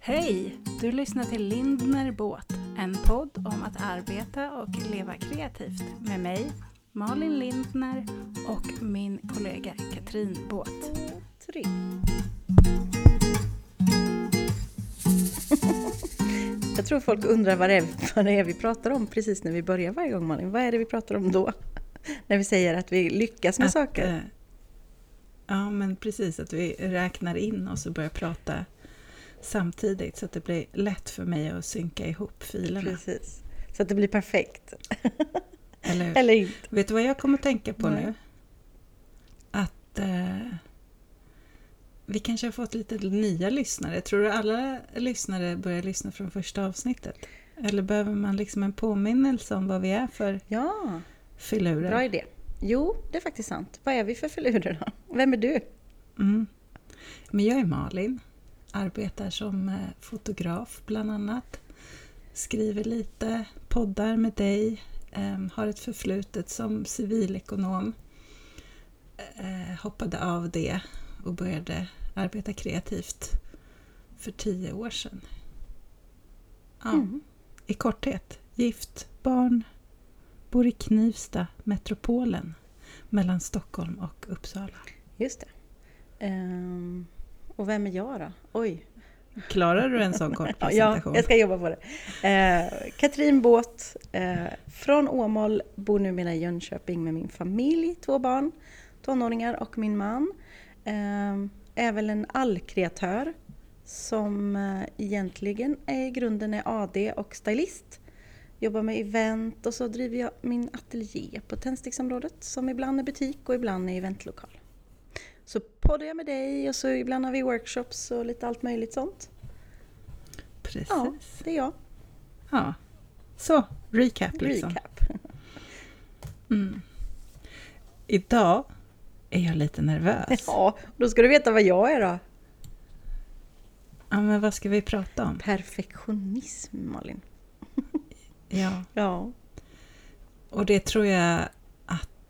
Hej! Du lyssnar till Lindner Båt, en podd om att arbeta och leva kreativt med mig, Malin Lindner, och min kollega Katrin Båt. 3. Jag tror folk undrar vad det är vi pratar om precis när vi börjar varje gång, Malin. Vad är det vi pratar om då? När vi säger att vi lyckas med saker. Ja, men precis. Att vi räknar in och så börjar prata samtidigt så att det blir lätt för mig att synka ihop filerna. Precis. Så att det blir perfekt. Eller inte. Vet du vad jag kommer att tänka på nu? Att vi kanske har fått lite nya lyssnare. Tror du alla lyssnare börjar lyssna från första avsnittet? Eller behöver man liksom en påminnelse om vad vi är för filurer? Bra idé. Jo, det är faktiskt sant. Vad är vi för filurer då? Vem är du? Men jag är Malin. Arbetar som fotograf bland annat. Skriver lite, poddar med dig. Har ett förflutet som civilekonom. Hoppade av det och började arbeta kreativt för 10 år sedan. Ja, i korthet. Gift, barn, bor i Knivsta, metropolen, mellan Stockholm och Uppsala. Just det. Och vem är jag då? Oj. Klarar du en sån kort presentation? Ja, jag ska jobba på det. Katrin Båt, från Åmål, bor numera i Jönköping med min familj, 2 barn, tonåringar och min man. Är väl en allkreatör som egentligen i grunden är AD och stylist. Jobbar med event och så driver jag min ateljé på tändsticksområdet som ibland är butik och ibland är eventlokal. Så poddar jag med dig och så ibland har vi workshops och lite allt möjligt sånt. Precis. Ja, det är jag. Ja, så recap liksom. Idag är jag lite nervös. Ja, då ska du veta vad jag är då. Ja, men vad ska vi prata om? Perfektionism, Malin. Ja. Och det tror jag att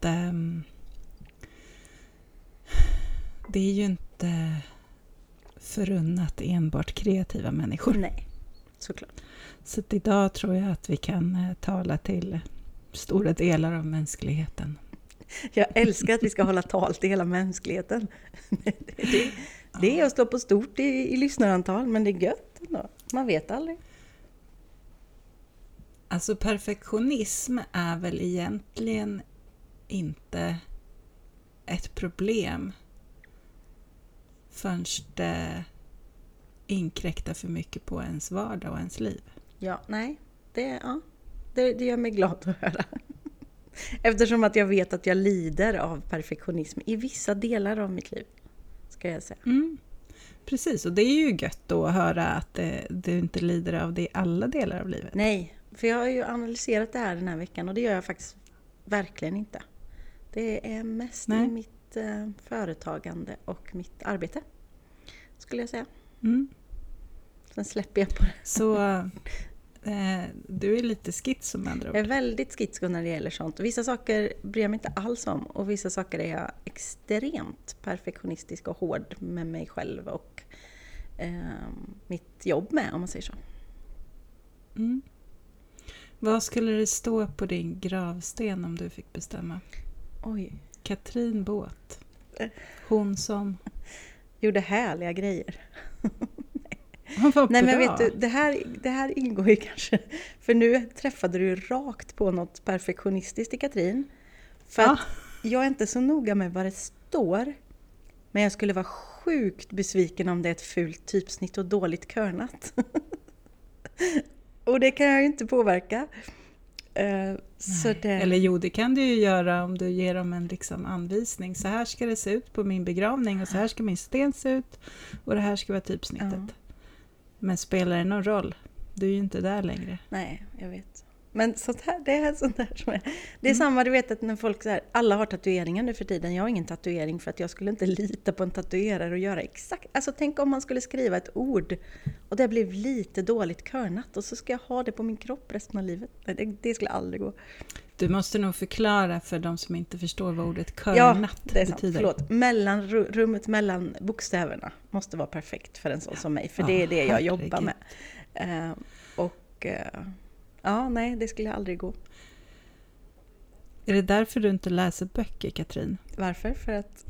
det är ju inte förunnat enbart kreativa människor. Nej, såklart. Så att idag tror jag att vi kan tala till stora delar av mänskligheten. Jag älskar att vi ska hålla tal till hela mänskligheten. Det är att stå på stort i lyssnarantal, men det är gött ändå. Man vet aldrig. Alltså perfektionism är väl egentligen inte ett problem förrän det inkräktar för mycket på ens vardag och ens liv. Ja, nej. Det gör mig glad att höra. Eftersom att jag vet att jag lider av perfektionism i vissa delar av mitt liv, ska jag säga. Precis, och det är ju gött då att höra att du inte lider av det i alla delar av livet. Nej, för jag har ju analyserat det här den här veckan och det gör jag faktiskt verkligen inte. Det är mest i mitt företagande och mitt arbete, skulle jag säga. Sen släpper jag på det. Så du är lite skitsk med andra ord. Jag är väldigt skitsk när det gäller sånt. Vissa saker bryr jag mig inte alls om. Och vissa saker är jag extremt perfektionistisk och hård med mig själv och mitt jobb med, om man säger så. Vad skulle det stå på din gravsten om du fick bestämma? Oj. Katrin Båt. Hon som gjorde härliga grejer. Nej, men vet du, det här ingår ju kanske. För nu träffade du rakt på något perfektionistiskt i Katrin. För att jag är inte så noga med vad det står. Men jag skulle vara sjukt besviken om det är ett fult typsnitt och dåligt körnat. Och det kan jag ju inte påverka. Så det... Eller jo, det kan du ju göra om du ger dem en liksom anvisning. Så här ska det se ut på min begravning och så här ska min sten se ut. Och det här ska vara typsnittet. Men spelar det någon roll? Du är ju inte där längre. Nej, jag vet. Men sånt här, det är sånt där som är... Det är samma, du vet att när folk så här, alla har tatueringar nu för tiden. Jag har ingen tatuering för att jag skulle inte lita på en tatuerare och göra exakt... Alltså tänk om man skulle skriva ett ord och det blev lite dåligt körnat och så ska jag ha det på min kropp resten av livet. Det skulle aldrig gå. Du måste nog förklara för de som inte förstår vad ordet körnat det är sant. betyder. Förlåt. Rummet mellan bokstäverna måste vara perfekt för en sån som mig. För det är det jag jobbar med. Ja, nej, det skulle aldrig gå. Är det därför du inte läser böcker, Katrin? Varför? För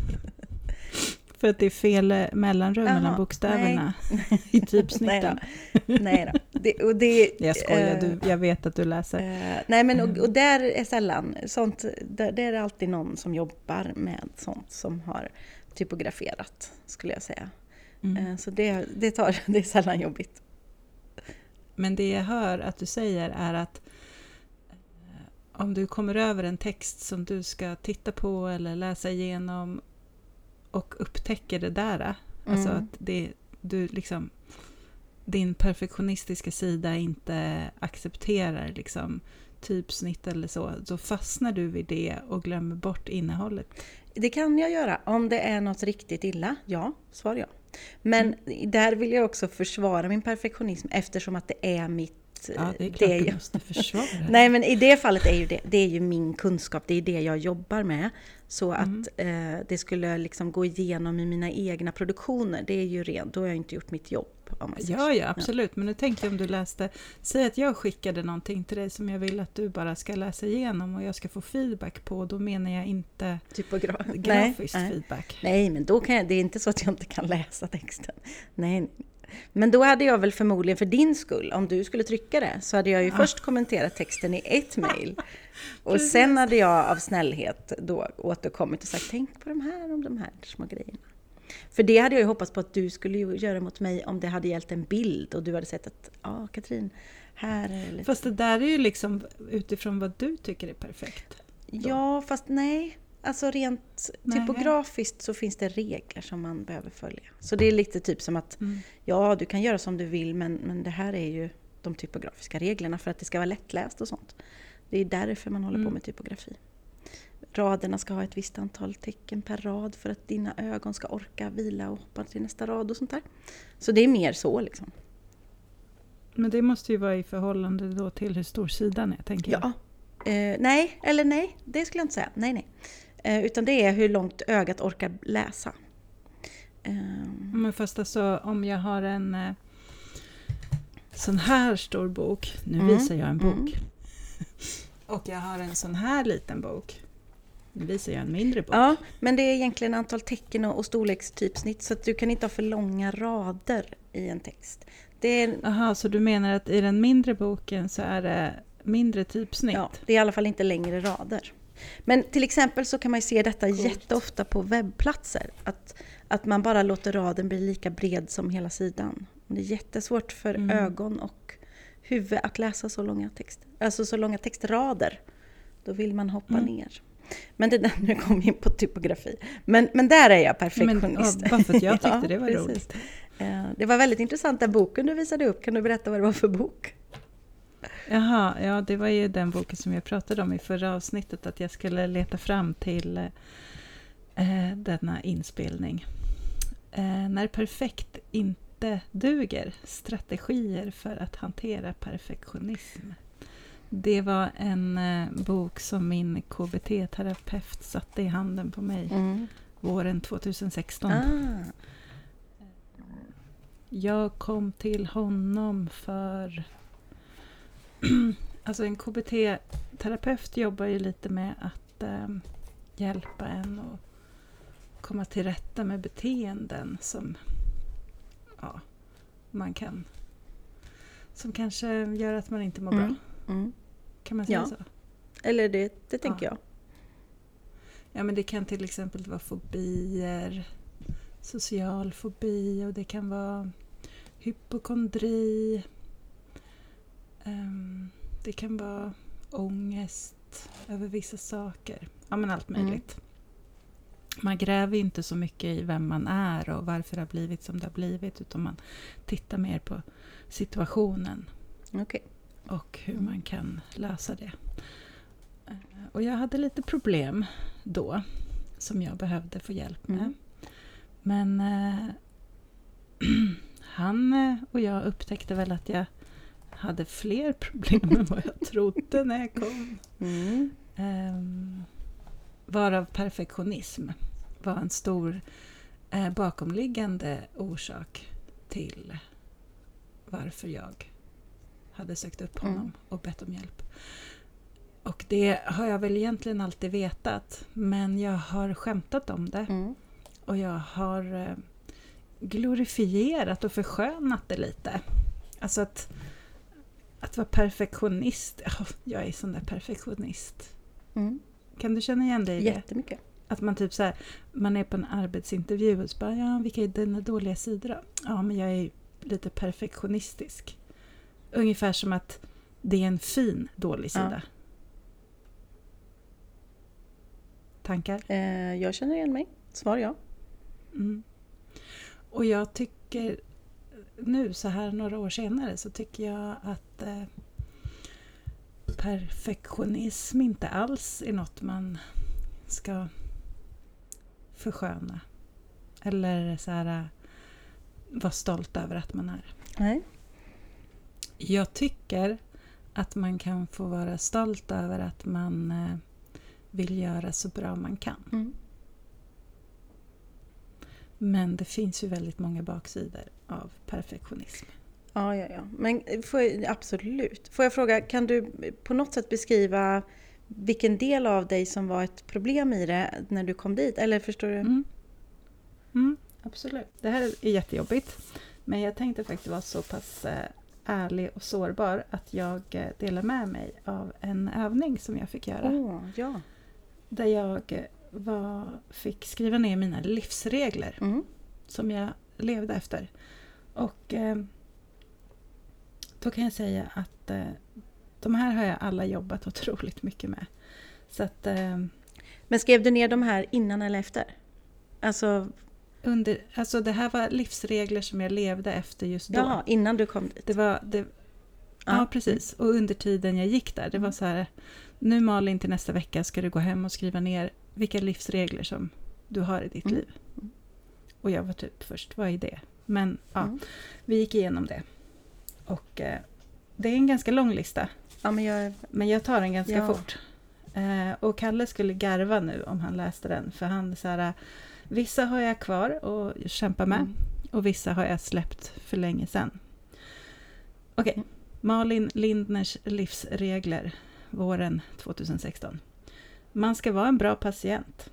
att det är fel mellanrum mellan bokstäverna i typsnitten. Nej då. Jag skojar, jag vet att du läser. Nej, men och där är sällan sånt. Där är det alltid någon som jobbar med sånt som har typograferat, skulle jag säga. Så det är sällan jobbigt. Men det jag hör att du säger är att om du kommer över en text som du ska titta på eller läsa igenom och upptäcker det där, alltså att du liksom, din perfektionistiska sida inte accepterar liksom typsnitt eller så fastnar du vid det och glömmer bort innehållet. Det kan jag göra om det är något riktigt illa. Ja, svar ja. Men där vill jag också försvara min perfektionism eftersom att det är mitt... Ja, det är klart du måste försvara. Nej, men i det fallet är det är ju min kunskap, det är det jag jobbar med. Så att det skulle liksom gå igenom i mina egna produktioner, det är ju rent, då har jag inte gjort mitt jobb. Ja, absolut. Men nu tänkte jag om du läste, säg att jag skickade någonting till dig som jag vill att du bara ska läsa igenom och jag ska få feedback på, då menar jag inte grafisk feedback. Nej, men då kan det är inte så att jag inte kan läsa texten. Nej. Men då hade jag väl förmodligen för din skull, om du skulle trycka det, så hade jag ju först kommenterat texten i ett mejl. Och sen hade jag av snällhet då återkommit och sagt, tänk på de här små grejerna. För det hade jag ju hoppats på att du skulle göra mot mig om det hade gällt en bild och du hade sett att, Katrin, här är lite... Fast det där är ju liksom utifrån vad du tycker är perfekt. Då. Ja, fast nej. Alltså rent typografiskt så finns det regler som man behöver följa. Så det är lite typ som att, du kan göra som du vill, men det här är ju de typografiska reglerna för att det ska vara lättläst och sånt. Det är därför man håller på med typografi. Raderna ska ha ett visst antal tecken per rad för att dina ögon ska orka vila och hoppa till nästa rad och sånt där. Så det är mer så liksom. Men det måste ju vara i förhållande då till hur stor sidan är, tänker jag. Ja. Nej, det skulle jag inte säga. Nej. Utan det är hur långt ögat orkar läsa. Men fast alltså, om jag har en sån här stor bok, nu visar jag en bok. Och jag har en sån här liten bok. Nu visar jag en mindre bok. Ja, men det är egentligen antal tecken och storlekstypsnitt. Så att du kan inte ha för långa rader i en text. Jaha, så du menar att i den mindre boken så är det mindre typsnitt? Ja, det är i alla fall inte längre rader. Men till exempel så kan man ju se detta jätteofta på webbplatser. Att man bara låter raden bli lika bred som hela sidan. Det är jättesvårt för ögon och huvud att läsa så långa texter. Alltså så långa textrader. Då vill man hoppa ner. Men det där, nu kom vi in på typografi. Men där är jag perfektionist. Bara för att jag tyckte det var roligt. Det var väldigt intressant den boken du visade upp. Kan du berätta vad det var för bok? Jaha, ja, det var ju den boken som jag pratade om i förra avsnittet. Att jag skulle leta fram till denna inspelning. När perfekt inte duger. Strategier för att hantera perfektionism. Det var en bok som min KBT-terapeut satte i handen på mig våren 2016. Jag kom till honom för... Alltså en KBT-terapeut jobbar ju lite med att hjälpa en att komma till rätta med beteenden som man kan... Som kanske gör att man inte mår bra. Kan man säga så? Eller det tänker jag. Ja, men det kan till exempel vara fobier, social fobi och det kan vara hypokondri. Det kan vara ångest över vissa saker. Ja, men allt möjligt. Man gräver inte så mycket i vem man är och varför det har blivit som det har blivit, utan man tittar mer på situationen. Okej. och hur man kan lösa det. Och jag hade lite problem då som jag behövde få hjälp med. Men han och jag upptäckte väl att jag hade fler problem än vad jag trodde när jag kom. Varav perfektionism var en stor bakomliggande orsak till varför jag hade sökt upp honom och bett om hjälp. Och det har jag väl egentligen alltid vetat, men jag har skämtat om det. Och jag har glorifierat och förskönat det lite. Alltså att vara perfektionist. Jag är sån där perfektionist. Kan du känna igen dig i det? Jättemycket. Att man typ så här, man är på en arbetsintervju och så bara, ja, vilka är dina dåliga sidor då? Ja, men jag är lite perfektionistisk. Ungefär som att det är en fin dålig sida. Ja. Tankar? Jag känner igen mig. Svar ja. Och jag tycker nu så här några år senare så tycker jag att perfektionism inte alls är något man ska försköna. Eller så här vara stolt över att man är. Nej. Jag tycker att man kan få vara stolt över att man vill göra så bra man kan. Men det finns ju väldigt många baksidor av perfektionism. Ja. Men absolut. Får jag fråga, kan du på något sätt beskriva vilken del av dig som var ett problem i det när du kom dit? Eller förstår du? Absolut. Det här är jättejobbigt. Men jag tänkte faktiskt vara så pass ärlig och sårbar att jag delar med mig av en övning som jag fick göra. Ja. Där jag fick skriva ner mina livsregler som jag levde efter. Och då kan jag säga att de här har jag alla jobbat otroligt mycket med. Så att, men skrev du ner de här innan eller efter? Alltså det här var livsregler som jag levde efter just då. Jaha, innan du kom dit. Ja, precis. Och under tiden jag gick där, det var så här, nu Malin till nästa vecka ska du gå hem och skriva ner vilka livsregler som du har i ditt liv. Och jag var typ först, vad är det? Men vi gick igenom det. Och det är en ganska lång lista. Ja, men jag tar den ganska fort. Och Kalle skulle garva nu om han läste den. För han så här, vissa har jag kvar och kämpar med. Och vissa har jag släppt för länge sedan. Okej. Malin Lindners livsregler våren 2016. Man ska vara en bra patient.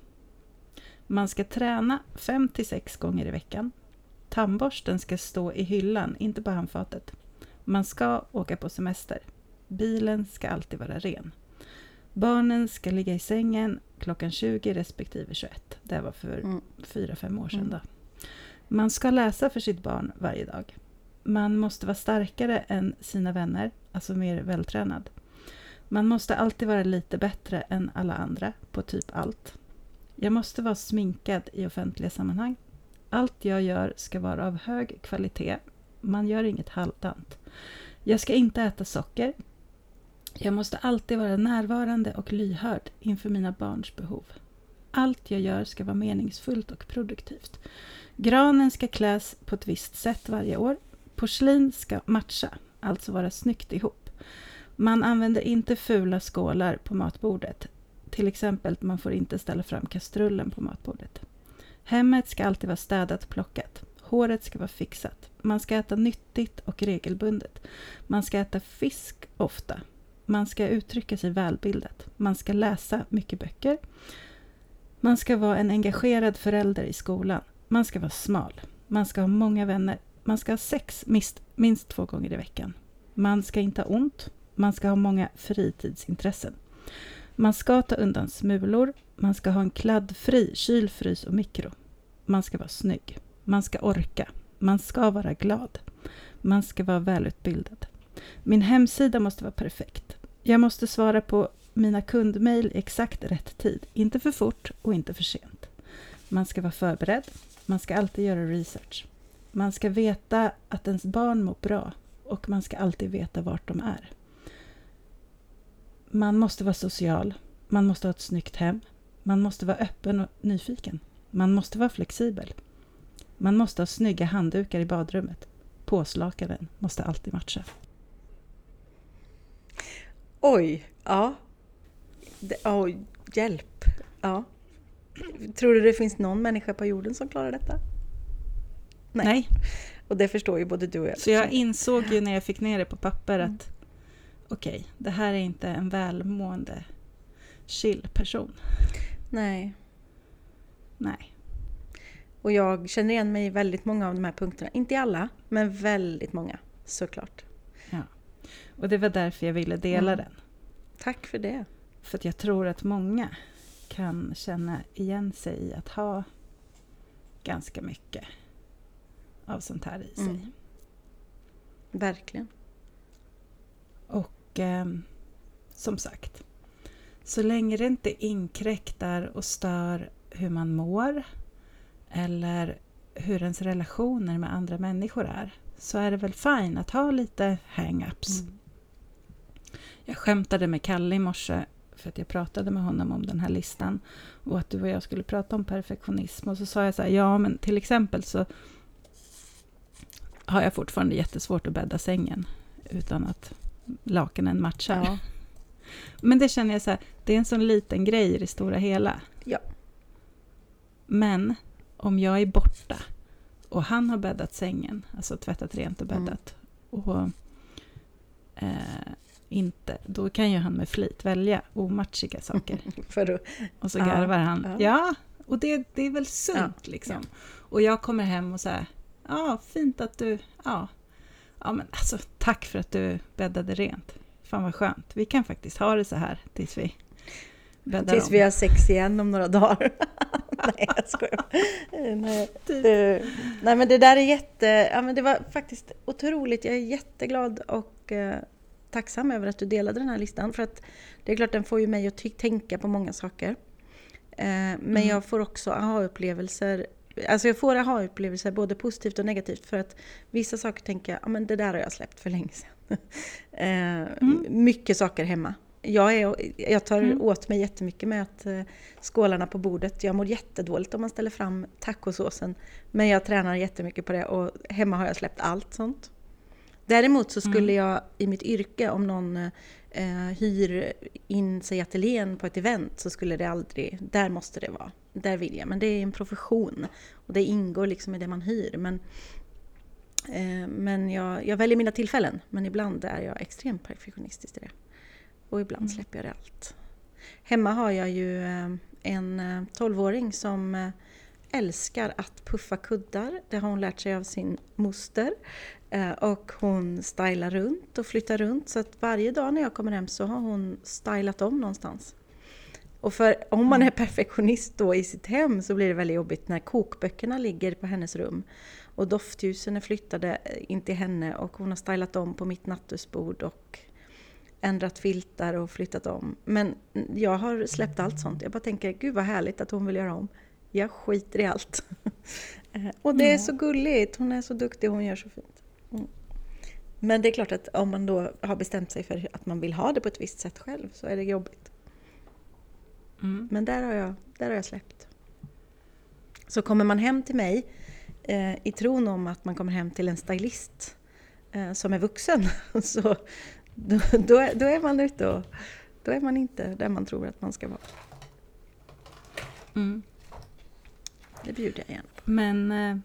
Man ska träna 5-6 gånger i veckan. Tandborsten ska stå i hyllan, inte på handfatet. Man ska åka på semester. Bilen ska alltid vara ren. Barnen ska ligga i sängen klockan 20 respektive 21. Det var för 4-5 år sedan då. Man ska läsa för sitt barn varje dag. Man måste vara starkare än sina vänner, alltså mer vältränad. Man måste alltid vara lite bättre än alla andra på typ allt. Jag måste vara sminkad i offentliga sammanhang. Allt jag gör ska vara av hög kvalitet. Man gör inget halvdant. Jag ska inte äta socker. Jag måste alltid vara närvarande och lyhörd inför mina barns behov. Allt jag gör ska vara meningsfullt och produktivt. Granen ska kläs på ett visst sätt varje år. Porslin ska matcha, alltså vara snyggt ihop. Man använder inte fula skålar på matbordet. Till exempel, man får inte ställa fram kastrullen på matbordet. Hemmet ska alltid vara städat och plockat. Håret ska vara fixat. Man ska äta nyttigt och regelbundet. Man ska äta fisk ofta. Man ska uttrycka sig välbildat. Man ska läsa mycket böcker. Man ska vara en engagerad förälder i skolan. Man ska vara smal. Man ska ha många vänner. Man ska ha sex minst 2 gånger i veckan. Man ska inte ha ont. Man ska ha många fritidsintressen. Man ska ta undan smulor. Man ska ha en kladdfri kyl, frys och mikro. Man ska vara snygg. Man ska orka. Man ska vara glad. Man ska vara välutbildad. Min hemsida måste vara perfekt. Jag måste svara på mina kundmail i exakt rätt tid. Inte för fort och inte för sent. Man ska vara förberedd. Man ska alltid göra research. Man ska veta att ens barn mår bra och man ska alltid veta vart de är. man måste vara social. Man måste ha ett snyggt hem. Man måste vara öppen och nyfiken. Man måste vara flexibel. Man måste ha snygga handdukar i badrummet. Påslakanen måste alltid matcha. Oj, ja. Hjälp. Ja. Tror du det finns någon människa på jorden som klarar detta? Nej. Och det förstår ju både du och jag. Så jag insåg ju när jag fick ner det på papper att okej, det här är inte en välmående chill person. Nej. Nej. Och jag känner igen mig i väldigt många av de här punkterna. Inte i alla, men väldigt många, såklart. Ja. Och det var därför jag ville dela den. Tack för det. För att jag tror att många kan känna igen sig i att ha ganska mycket av sånt här i sig. Verkligen. Och som sagt, så länge det inte inkräktar och stör hur man mår eller hur ens relationer med andra människor är, så är det väl fint att ha lite hang-ups. Jag skämtade med Kalle i morse för att jag pratade med honom om den här listan och att du och jag skulle prata om perfektionism, och så sa jag så här, ja men till exempel så har jag fortfarande jättesvårt att bädda sängen utan att lakanen matchar. Ja. Men det känner jag så här, det är en sån liten grej i det stora hela. Ja. Men om jag är borta och han har bäddat sängen, alltså tvättat rent och bäddat, och inte, då kan ju han med flit välja omatchiga saker. Och så garvar han. Ja, och det är väl sunt liksom. Ja. Och jag kommer hem och säger, fint att du, men alltså tack för att du bäddade rent. Fan vad skönt. Vi kan faktiskt ha det så här tills vi bäddar tills om. Vi har sex igen om några dagar. Nej, jag skojar. Nej, men det där är men det var faktiskt otroligt. Jag är jätteglad och tacksam över att du delade den här listan. För att det är klart, den får ju mig att tänka på många saker. Men jag får också aha-upplevelser. Alltså jag får aha-upplevelser både positivt och negativt. För att vissa saker tänker jag, men det där har jag släppt för länge sedan. Mycket saker hemma. Jag tar åt mig jättemycket med att skålarna på bordet. Jag mår jättedåligt om man ställer fram tacosåsen. Men jag tränar jättemycket på det och hemma har jag släppt allt sånt. Däremot så skulle jag i mitt yrke, om någon hyr in sig i ateljén på ett event, så skulle det aldrig, där måste det vara. Där vill jag, men det är en profession och det ingår liksom i det man hyr. Men jag väljer mina tillfällen, men ibland är jag extremt perfektionistisk i det. Och ibland släpper jag det allt. Hemma har jag ju en 12-åring som älskar att puffa kuddar. Det har hon lärt sig av sin moster. Och hon stylar runt och flyttar runt. Så att varje dag när jag kommer hem så har hon stylat om någonstans. Och om man är perfektionist då i sitt hem så blir det väldigt jobbigt när kokböckerna ligger på hennes rum. Och doftljusen är flyttade in till henne och hon har stylat om på mitt nattduksbord och ändrat filtar och flyttat om. Men jag har släppt allt sånt. Jag bara tänker, gud vad härligt att hon vill göra om. Jag skiter i allt. Och det är så gulligt. Hon är så duktig och hon gör så fint. Men det är klart att om man då har bestämt sig för att man vill ha det på ett visst sätt själv så är det jobbigt. Men där har jag släppt. Så kommer man hem till mig i tron om att man kommer hem till en stylist som är vuxen, så då är man ute och då är man inte där man tror att man ska vara. Det bjuder jag gärna på. Men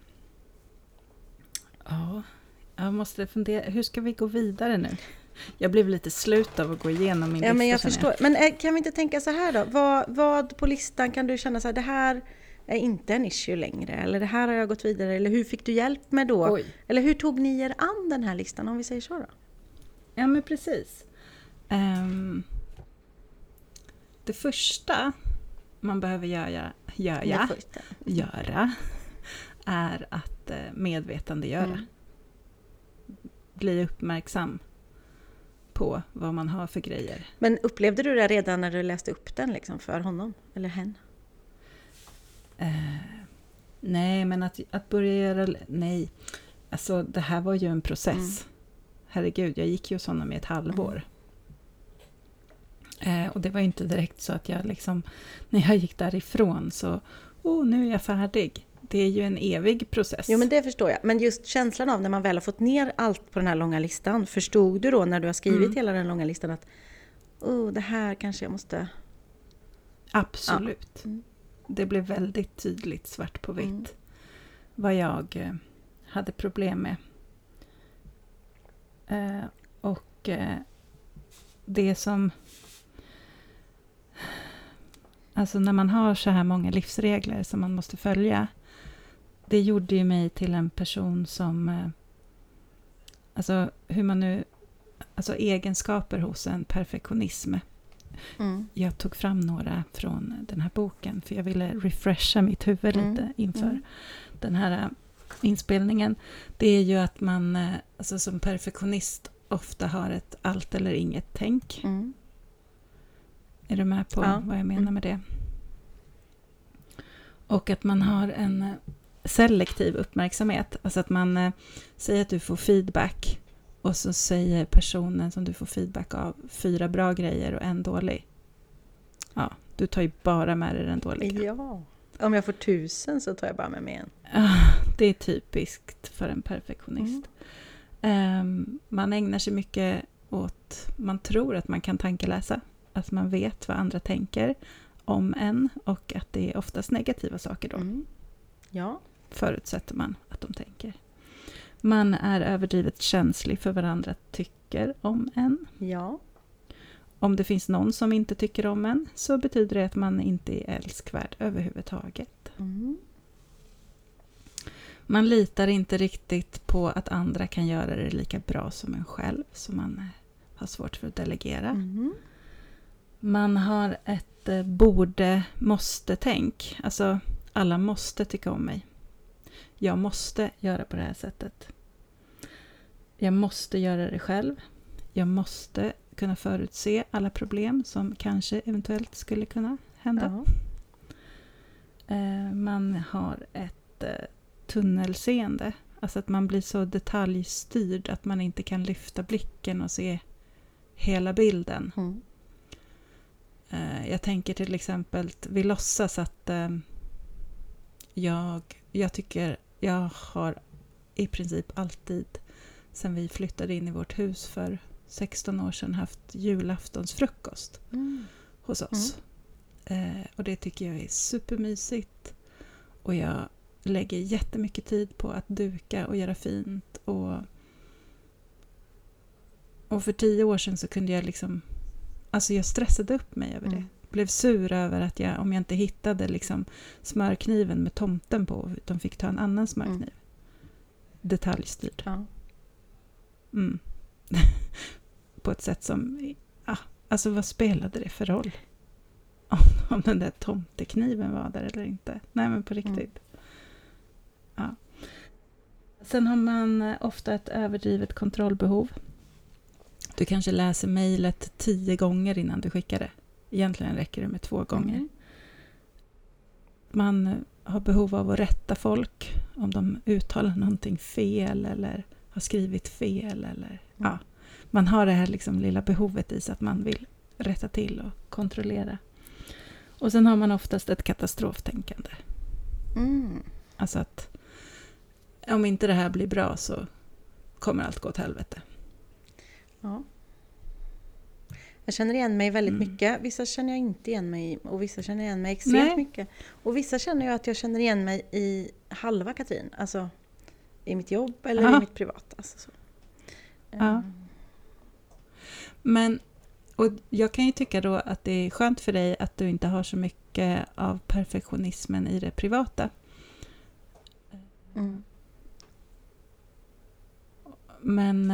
jag måste fundera, hur ska vi gå vidare nu? Jag blev lite slut av att gå igenom min lista. Men jag förstår. Men kan vi inte tänka så här då? Vad på listan kan du känna så här, det här är inte en issue längre, eller det här har jag gått vidare, eller hur fick du hjälp med då? Oj. Eller hur tog ni er an den här listan, om vi säger så då? Ja, men precis. Det första man behöver göra är att medvetandegöra. Bli uppmärksam på vad man har för grejer. Men upplevde du det redan när du läste upp den liksom för honom eller henne? Nej, men att börja göra... Nej, alltså det här var ju en process. Herregud, jag gick ju hos honom i ett halvår. Och det var inte direkt så att jag liksom, när jag gick därifrån så, nu är jag färdig. Det är ju en evig process. Jo, men det förstår jag. Men just känslan av när man väl har fått ner allt på den här långa listan. Förstod du då när du har skrivit hela den långa listan att det här kanske jag måste... Absolut. Ja. Det blev väldigt tydligt svart på vitt vad jag hade problem med. Och det som... Alltså när man har så här många livsregler som man måste följa, det gjorde ju mig till en person som... Alltså hur man nu... Alltså egenskaper hos en perfektionism. Jag tog fram några från den här boken för jag ville refresha mitt huvud lite inför den här inspelningen. Det är ju att man alltså som perfektionist ofta har ett allt eller inget tänk. Är du med på vad jag menar med det? Och att man har en selektiv uppmärksamhet. Alltså att man säger att du får feedback och så säger personen som du får feedback av 4 bra grejer och 1 dålig. Ja, du tar ju bara med dig den dåliga. Ja, om jag får 1000 så tar jag bara med mig en. Det är typiskt för en perfektionist. Man ägnar sig mycket åt, man tror att man kan tankeläsa. Att man vet vad andra tänker om en och att det är oftast negativa saker då. Ja. Förutsätter man att de tänker. Man är överdrivet känslig för vad andra tycker om en. Ja. Om det finns någon som inte tycker om en så betyder det att man inte är älskvärd överhuvudtaget. Man litar inte riktigt på att andra kan göra det lika bra som en själv, så man har svårt för att delegera. Man har ett borde-måste-tänk. Alltså alla måste tycka om mig. Jag måste göra på det här sättet. Jag måste göra det själv. Jag måste kunna förutse alla problem som kanske eventuellt skulle kunna hända. Man har ett tunnelseende. Alltså att man blir så detaljstyrd att man inte kan lyfta blicken och se hela bilden. Jag tänker till exempel, vi låtsas att jag tycker jag har i princip alltid sen vi flyttade in i vårt hus för 16 år sedan haft julaftonsfrukost hos oss. Och det tycker jag är supermysigt. Och jag lägger jättemycket tid på att duka och göra fint. Och för 10 år sedan så kunde jag liksom... Alltså jag stressade upp mig över det. Blev sur över att om jag inte hittade liksom smörkniven med tomten på, utan fick ta en annan smörkniv. Detaljstyrd. På ett sätt som... alltså vad spelade det för roll? Om den där tomtekniven var där eller inte. Nej, men på riktigt. Ja. Sen har man ofta ett överdrivet kontrollbehov. Du kanske läser mejlet 10 gånger innan du skickar det. Egentligen räcker det med 2 gånger. Man har behov av att rätta folk om de uttalar någonting fel eller har skrivit fel. Eller, man har det här liksom lilla behovet i sig att man vill rätta till och kontrollera. Och sen har man oftast ett katastroftänkande. Alltså att om inte det här blir bra så kommer allt gå åt helvete. Ja. Jag känner igen mig väldigt mycket. Vissa känner jag inte igen mig i. Och vissa känner igen mig extremt mycket. Och vissa känner jag att jag känner igen mig i halva Katrin. Alltså i mitt jobb eller i mitt privat. Alltså, så. Men, och jag kan ju tycka då att det är skönt för dig att du inte har så mycket av perfektionismen i det privata. Men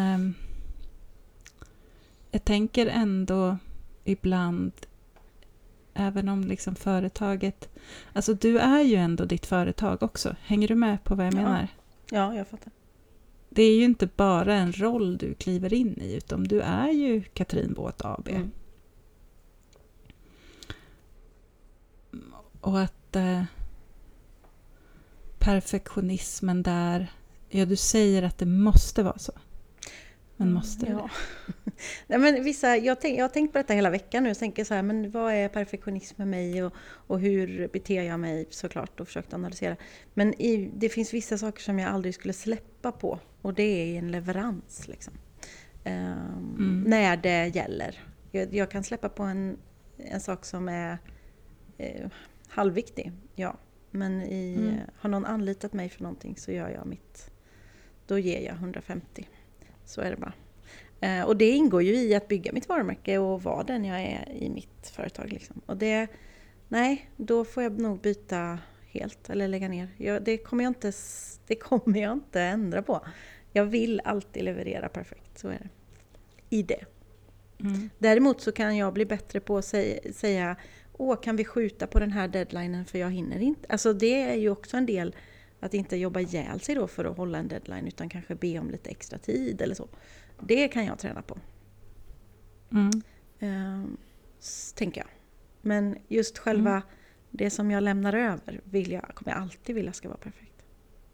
jag tänker ändå ibland, även om liksom företaget, alltså du är ju ändå ditt företag också. Hänger du med på vad jag menar? Ja, jag fattar. Det är ju inte bara en roll du kliver in i, utan du är ju Katrin Båt AB. Och att perfektionismen där, du säger att det måste vara så. Men måste ja. Nej, men jag har tänkt på detta hela veckan nu. Jag tänker så här, men vad är perfektionism med mig och hur beter jag mig, såklart, och försökt analysera. Men det finns vissa saker som jag aldrig skulle släppa på, och det är en leverans liksom. När det gäller. Jag kan släppa på en sak som är halvviktig, ja. Men har någon anlitat mig för någonting så gör jag då ger jag 150. Så är det bara. Och det ingår ju i att bygga mitt varumärke och vara den jag är i mitt företag. Liksom. Och då får jag nog byta helt eller lägga ner. Det kommer jag inte ändra på. Jag vill alltid leverera perfekt, så är det. I det. Däremot så kan jag bli bättre på att säga, kan vi skjuta på den här deadlinen för jag hinner inte. Alltså det är ju också en del, att inte jobba ihjäl sig då för att hålla en deadline, utan kanske be om lite extra tid eller så. Det kan jag träna på. Tänker jag. Men just själva det som jag lämnar över kommer jag alltid vilja ska vara perfekt.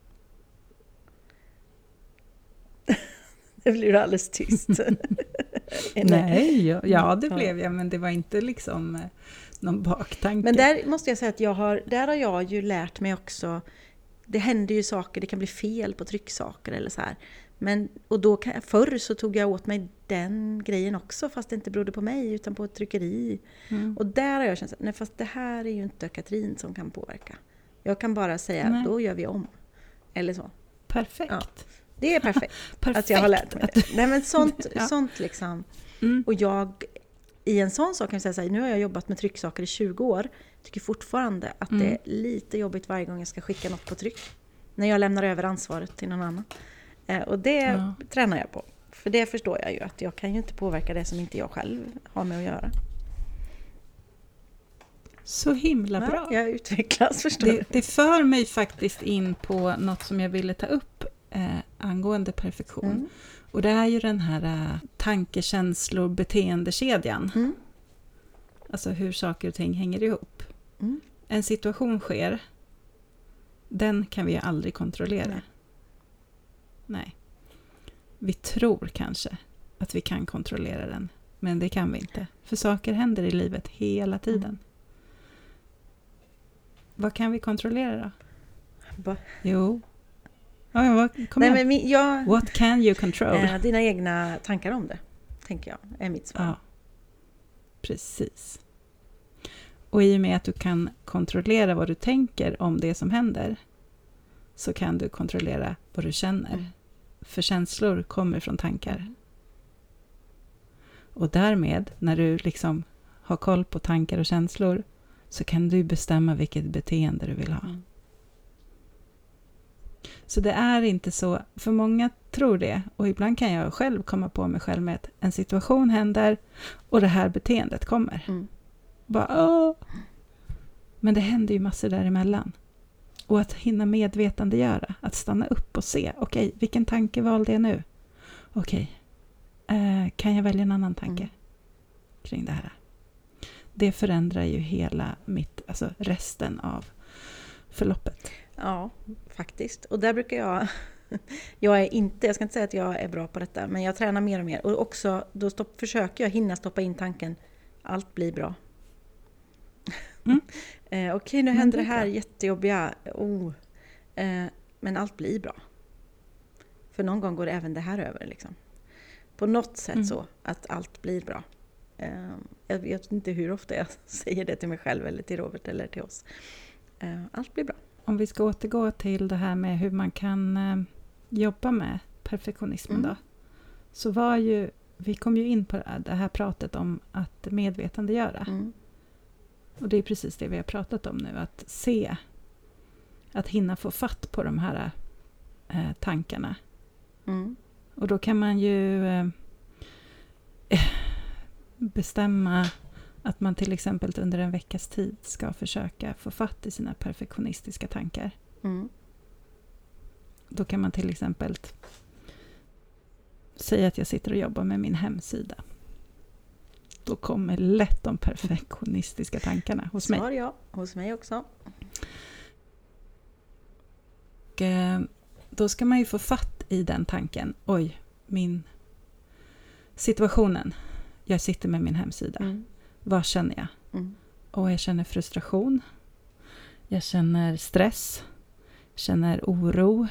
Det blir alldeles tyst. Nej, det blev jag, men det var inte liksom någon baktanke. Men där måste jag säga att där har jag ju lärt mig också. Det händer ju saker, det kan bli fel på trycksaker eller så här. Förr så tog jag åt mig den grejen också, fast det inte berodde på mig utan på ett tryckeri. Och där har jag känt att fast det här är ju inte Katrin som kan påverka. Jag kan bara säga, då gör vi om. Eller så. Perfekt. Ja, det är perfekt. Att jag har lärt mig det. Nej, men sånt liksom. Och jag, i en sån sak kan jag säga så här, nu har jag jobbat med trycksaker i 20 år. Tycker fortfarande att det är lite jobbigt varje gång jag ska skicka något på tryck. När jag lämnar över ansvaret till någon annan. Och det tränar jag på. För det förstår jag ju, att jag kan ju inte påverka det som inte jag själv har med att göra. Så himla bra. Jag utvecklas, förstår du. Det för mig faktiskt in på något som jag ville ta upp angående perfektion. Och det är ju den här tankekänslor, beteendekedjan. Alltså hur saker och ting hänger ihop. En situation sker, den kan vi ju aldrig kontrollera. Nej. Vi tror kanske att vi kan kontrollera den, men det kan vi inte. För saker händer i livet hela tiden. Vad kan vi kontrollera då? Jo. What can you control? Dina egna tankar om det, tänker jag, är mitt svar. Ja, precis. Och i och med att du kan kontrollera vad du tänker om det som händer, så kan du kontrollera vad du känner. För känslor kommer från tankar. Och därmed, när du liksom har koll på tankar och känslor, så kan du bestämma vilket beteende du vill ha. Så det är inte så, för många tror det, och ibland kan jag själv komma på mig själv med att en situation händer och det här beteendet kommer. Men det händer ju massor däremellan. Och att hinna medvetandegöra, att stanna upp och se, okej, vilken tanke valde jag nu? Okej, kan jag välja en annan tanke kring det här? Det förändrar ju hela resten av förloppet. Ja, faktiskt. Och där brukar jag ska inte säga att jag är bra på detta, men jag tränar mer och mer. Och också, då försöker jag hinna stoppa in tanken, allt blir bra. Okej, nu händer det här jättejobbiga. Men allt blir bra. För någon gång går även det här över. Liksom. På något sätt så att allt blir bra. Jag vet inte hur ofta jag säger det till mig själv eller till Robert eller till oss. Allt blir bra. Om vi ska återgå till det här med hur man kan jobba med perfektionismen då. Så vi kom ju in på det här pratet om att medvetandegöra. Och det är precis det vi har pratat om nu. Att se, att hinna få fatt på de här tankarna. Och då kan man ju bestämma att man till exempel under en veckas tid ska försöka få fatt i sina perfektionistiska tankar. Då kan man till exempel säga att jag sitter och jobbar med min hemsida. Då kommer lätt de perfektionistiska tankarna hos mig. Svar ja, hos mig också. Och då ska man ju få fatt i den tanken. Oj, min situationen. Jag sitter med min hemsida. Vad känner jag? Och jag känner frustration. Jag känner stress. Jag känner oro.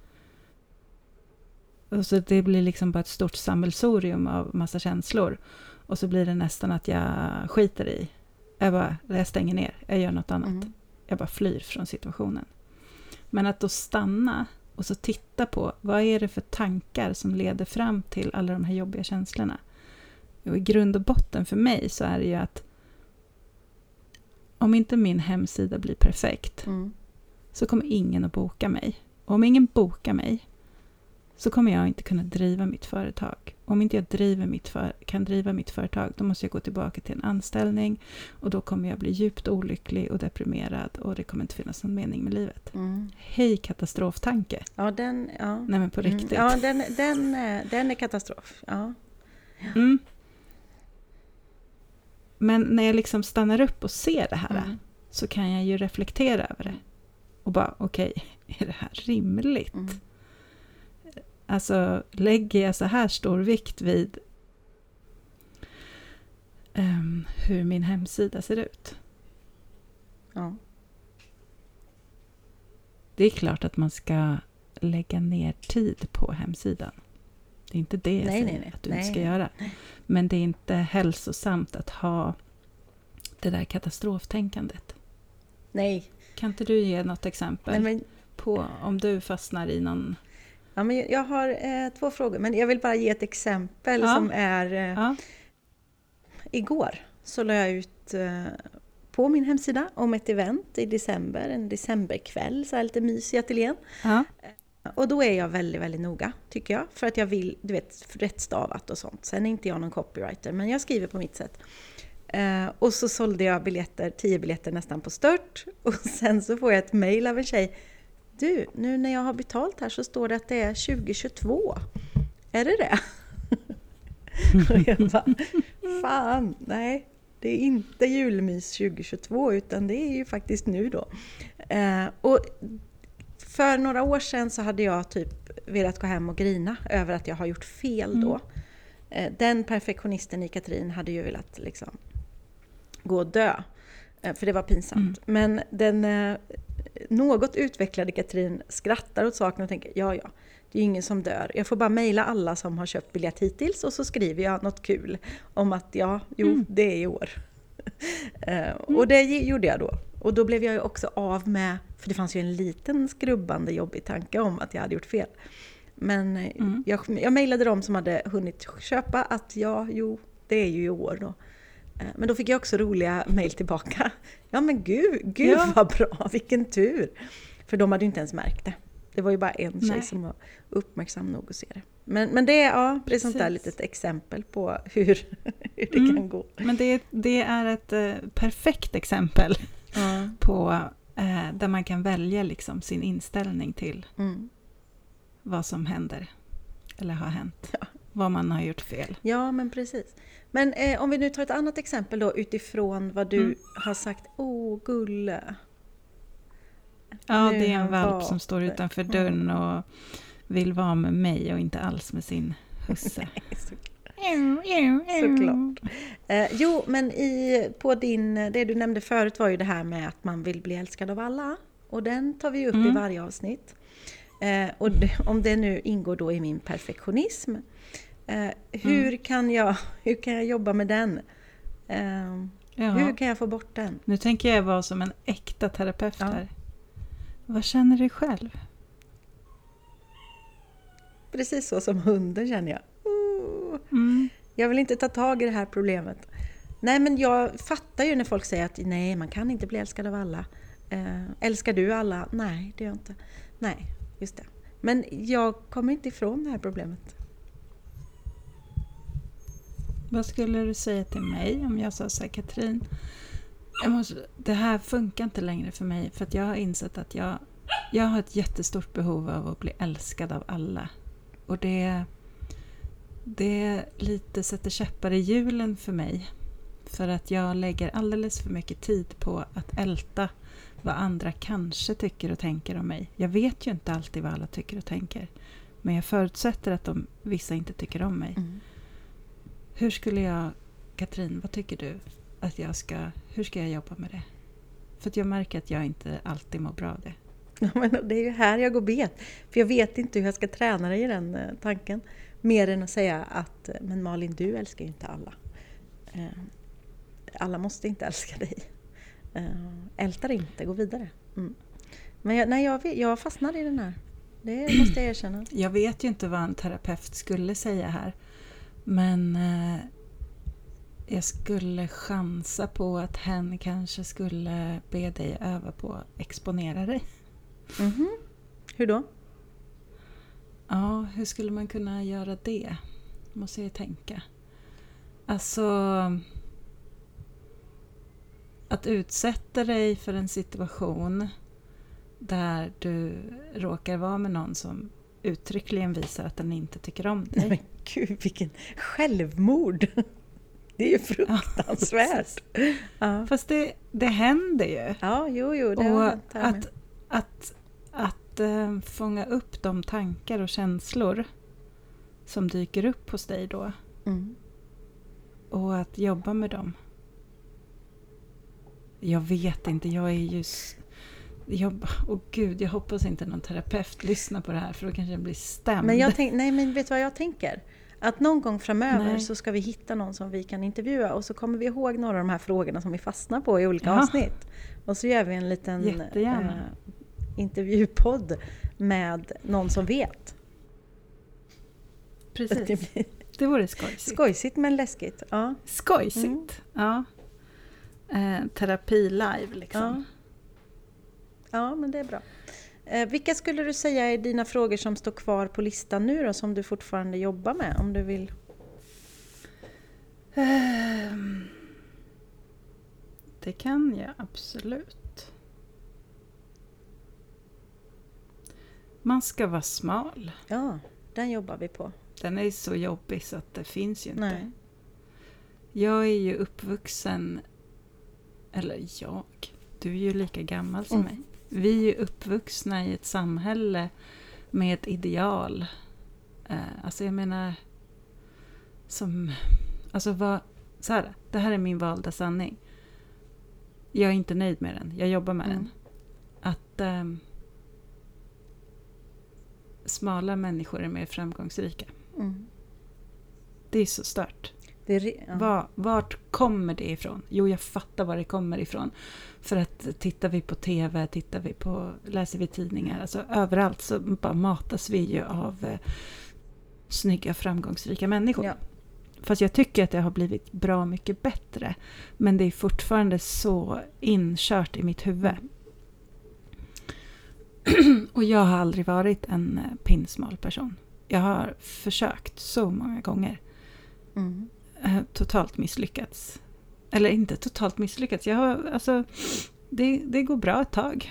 Och så det blir liksom bara ett stort sammelsorium av massa känslor. Och så blir det nästan att jag skiter i. Jag stänger ner. Jag gör något annat. Jag bara flyr från situationen. Men att då stanna och så titta på vad är det för tankar som leder fram till alla de här jobbiga känslorna. Och i grund och botten för mig så är det ju att om inte min hemsida blir perfekt så kommer ingen att boka mig. Och om ingen bokar mig så kommer jag inte kunna driva mitt företag. Om inte jag kan driva mitt företag, då måste jag gå tillbaka till en anställning. Och då kommer jag bli djupt olycklig och deprimerad. Och det kommer inte finnas någon mening med livet. Hej katastroftanke. Ja, Nej, men på riktigt. Ja, den är katastrof. Ja. Men när jag liksom stannar upp och ser det här så kan jag ju reflektera över det. Och bara, okej, är det här rimligt? Alltså, lägger jag så här stor vikt vid hur min hemsida ser ut? Ja. Det är klart att man ska lägga ner tid på hemsidan. Det är inte det jag säger att du inte ska göra. Men det är inte hälsosamt att ha det där katastroftänkandet. Nej. Kan inte du ge något exempel på om du fastnar i någon... Ja, men jag har 2 frågor, men jag vill bara ge ett exempel som är... Igår så la jag ut på min hemsida om ett event i december, en decemberkväll, så här lite mysig ateljén. Och då är jag väldigt, väldigt noga, tycker jag. För att jag vill, du vet, rättstavat och sånt. Sen är inte jag någon copywriter, men jag skriver på mitt sätt. Och så sålde jag 10 biljetter nästan på stört. Och sen så får jag ett mejl av en tjej. Du, nu när jag har betalt här så står det att det är 2022. Är det? Och jag bara, fan, nej. Det är inte julmys 2022 utan det är ju faktiskt nu då. Och för några år sedan så hade jag typ velat gå hem och grina över att jag har gjort fel då. Den perfektionisten i Katrin hade ju velat liksom gå och dö. För det var pinsamt. Men den något utvecklade Katrin skrattar åt saken och tänker, ja, det är ingen som dör. Jag får bara mejla alla som har köpt biljett hittills och så skriver jag något kul om att det är i år. Och det gjorde jag då. Och då blev jag ju också av med, för det fanns ju en liten skrubbande jobbig tanke om att jag hade gjort fel. Men jag mejlade dem som hade hunnit köpa att det är ju i år då. Men då fick jag också roliga mejl tillbaka. Ja men gud vad bra, vilken tur. För de hade ju inte ens märkt det. Det var ju bara en tjej som var uppmärksam nog att se det. Men det är ett sånt där litet exempel på hur det kan gå. Men det är ett perfekt exempel på där man kan välja liksom sin inställning till vad som händer eller har hänt. Ja. Vad man har gjort fel. Ja, men precis. Men om vi nu tar ett annat exempel då utifrån vad du har sagt. Gulle. Ja, det är en valp som står utanför dörren och vill vara med mig och inte alls med sin husse. Såklart. Men på det du nämnde förut var ju det här med att man vill bli älskad av alla. Och den tar vi upp i varje avsnitt. Och om det nu ingår då i min perfektionism. Hur kan jag jobba med den? Hur kan jag få bort den? Nu tänker jag vara som en äkta terapeut här. Vad känner du själv? Precis så som hunden känner jag. Jag vill inte ta tag i det här problemet. Nej, men jag fattar ju när folk säger att nej, man kan inte bli älskad av alla. Älskar du alla? Nej, det gör jag inte. Nej, just det. Men jag kommer inte ifrån det här problemet. Vad skulle du säga till mig om jag sa så här, Katrin? Det här funkar inte längre för mig. För att jag har insett att jag har ett jättestort behov av att bli älskad av alla. Och det lite sätter käppar i hjulen för mig. För att jag lägger alldeles för mycket tid på att älta vad andra kanske tycker och tänker om mig. Jag vet ju inte alltid vad alla tycker och tänker. Men jag förutsätter att vissa inte tycker om mig. hur skulle jag, Katrin, vad tycker du att hur ska jag jobba med det? För att jag märker att jag inte alltid mår bra av det. Ja, men det är ju här jag går bet. För jag vet inte hur jag ska träna dig i den tanken. Mer än att säga att, men Malin, du älskar ju inte alla. Alla måste inte älska dig. Ältar inte, gå vidare. Men jag fastnade i den här. Det måste jag erkänna. Jag vet ju inte vad en terapeut skulle säga här. Men jag skulle chansa på att hen kanske skulle be dig öva på att exponera dig. Mm-hmm. Hur då? Ja, hur skulle man kunna göra det? Måste jag tänka. Alltså, att utsätta dig för en situation där du råkar vara med någon som uttryckligen visar att den inte tycker om dig. Men gud, vilken självmord! Det är ju fruktansvärt. Ja. Fast det händer ju. Ja, jo, det har hänt. Att fånga upp de tankar och känslor som dyker upp hos dig då. Och att jobba med dem. Jag vet inte, jag är ju... jag hoppas inte någon terapeut lyssnar på det här, för då kanske jag blir stämd. Men vet du vad jag tänker? Att någon gång framöver så ska vi hitta någon som vi kan intervjua, och så kommer vi ihåg några av de här frågorna som vi fastnar på i olika avsnitt. Och så gör vi en liten intervjupodd med någon som vet. Precis. Det vore skojsigt. Skojsigt men läskigt. Ja. Skojsigt, ja. Terapi live liksom. Ja, men det är bra. Vilka skulle du säga är dina frågor som står kvar på listan nu då, som du fortfarande jobbar med, om du vill? Det kan jag absolut. Man ska vara smal. Ja, den jobbar vi på. Den är så jobbig så att det finns ju inte. Nej. Jag är ju uppvuxen, du är ju lika gammal som mig. Vi är ju uppvuxna i ett samhälle med ett ideal. Alltså jag menar, det här är min valda sanning. Jag är inte nöjd med den. Jag jobbar med den. Att smala människor är mer framgångsrika. Det är så stört. Vart kommer det ifrån? Jo, jag fattar var det kommer ifrån. För att tittar vi på tv, läser vi tidningar, alltså överallt så bara matas vi ju av snygga, framgångsrika människor. Ja. Fast jag tycker att det har blivit bra mycket bättre. Men det är fortfarande så inkört i mitt huvud. Och jag har aldrig varit en pinsmal person. Jag har försökt så många gånger. Totalt misslyckats. Eller inte totalt misslyckats. Det går bra ett tag.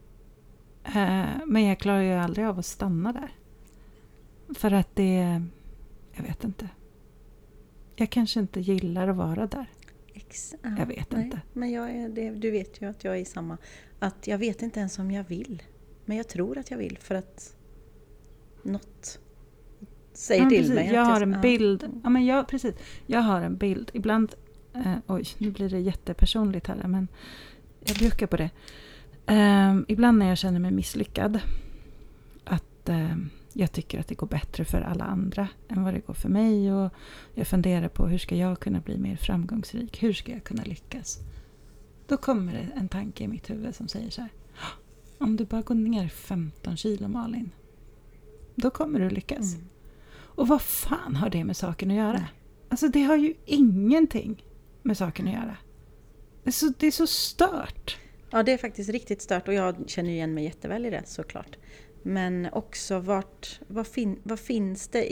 Men jag klarar ju aldrig av att stanna där. För att jag vet inte. Jag kanske inte gillar att vara där. Jag vet inte. Men du vet ju att jag är samma. Att jag vet inte ens om jag vill. Men jag tror att jag vill, för att något säger till mig. Jag har en bild. Ja, men precis. Jag har en bild. Ibland, nu blir det jättepersonligt här, men jag brukar på det. Ibland när jag känner mig misslyckad, att jag tycker att det går bättre för alla andra än vad det går för mig, och jag funderar på hur ska jag kunna bli mer framgångsrik? Hur ska jag kunna lyckas? Då kommer det en tanke i mitt huvud som säger så här: om du bara går ner 15 kilo, Malin, då kommer du lyckas. Och vad fan har det med saken att göra? Alltså det har ju ingenting med saken att göra. Det är så stört. Ja, det är faktiskt riktigt stört, och jag känner igen mig jätteväl i det, såklart. Men också vad finns det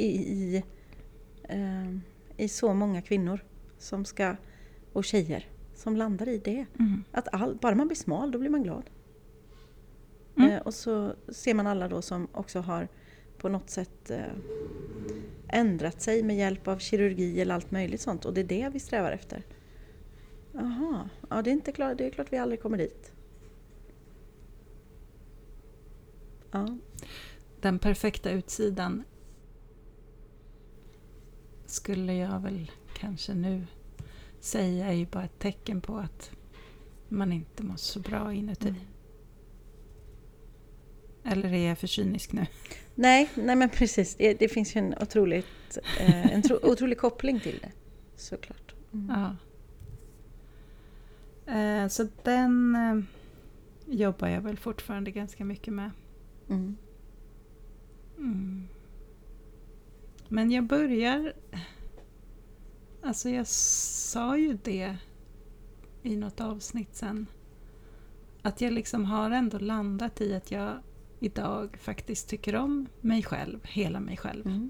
i så många kvinnor som och tjejer som landar i det. Att bara man blir smal, då blir man glad. Och så ser man alla då som också har på något sätt ändrat sig med hjälp av kirurgi eller allt möjligt sånt. Och det är det vi strävar efter. Jaha, ja, det är inte klart. Det är klart vi aldrig kommer dit. Ja. Den perfekta utsidan skulle jag väl kanske nu säga är ju bara ett tecken på att man inte mår så bra inuti. Eller är jag för cynisk nu? Nej men precis. Det finns ju en otrolig koppling till det. Såklart. Ja. Så den jobbar jag väl fortfarande ganska mycket med. Men jag börjar... Alltså jag sa ju det i något avsnitt sen. Att jag liksom har ändå landat i att jag idag faktiskt tycker om mig själv. Hela mig själv.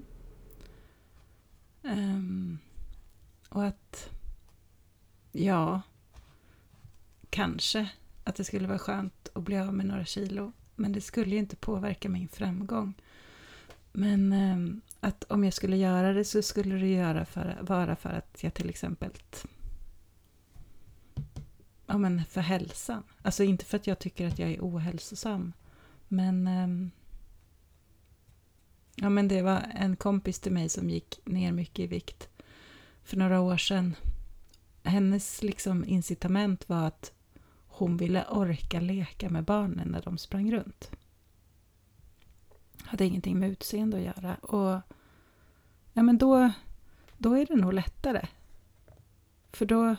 Och att... Ja... Kanske att det skulle vara skönt att bli av med några kilo. Men det skulle ju inte påverka min framgång. Men att om jag skulle göra det så skulle det vara för att jag till exempel... Ja, men för hälsan. Alltså inte för att jag tycker att jag är ohälsosam. Men... Ja, men det var en kompis till mig som gick ner mycket i vikt för några år sedan. Hennes liksom incitament var att hon ville orka leka med barnen när de sprang runt. Hade ingenting med utseende att göra. Och ja, men då är det nog lättare. För då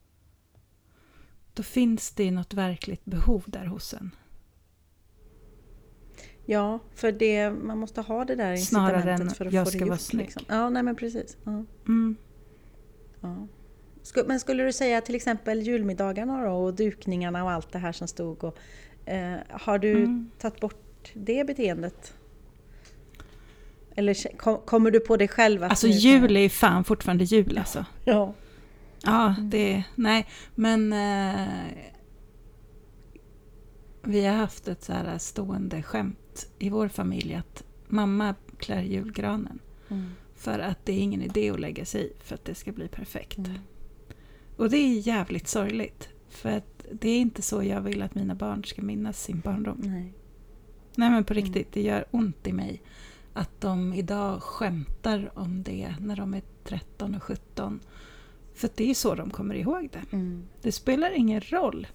finns det något verkligt behov där hos en. Ja, för man måste ha det där incitamentet för att jag få ska det vara gjort. snygg. Liksom. Ja, nej men precis. Ja. Ja. Men skulle du säga till exempel julmiddagarna då, och dukningarna och allt det här som stod och, har du tagit bort det beteendet? Eller kommer du på det själv? Att alltså jul är fan fortfarande jul alltså. Ja. Ja, nej, men vi har haft ett så här stående skämt i vår familj att mamma klär julgranen. För att det är ingen idé att lägga sig i för att det ska bli perfekt. Och det är jävligt sorgligt. För att det är inte så jag vill att mina barn ska minnas sin barndom. Nej men på riktigt, det gör ont i mig att de idag skämtar om det när de är 13 och 17. För det är så de kommer ihåg det. Det spelar ingen roll.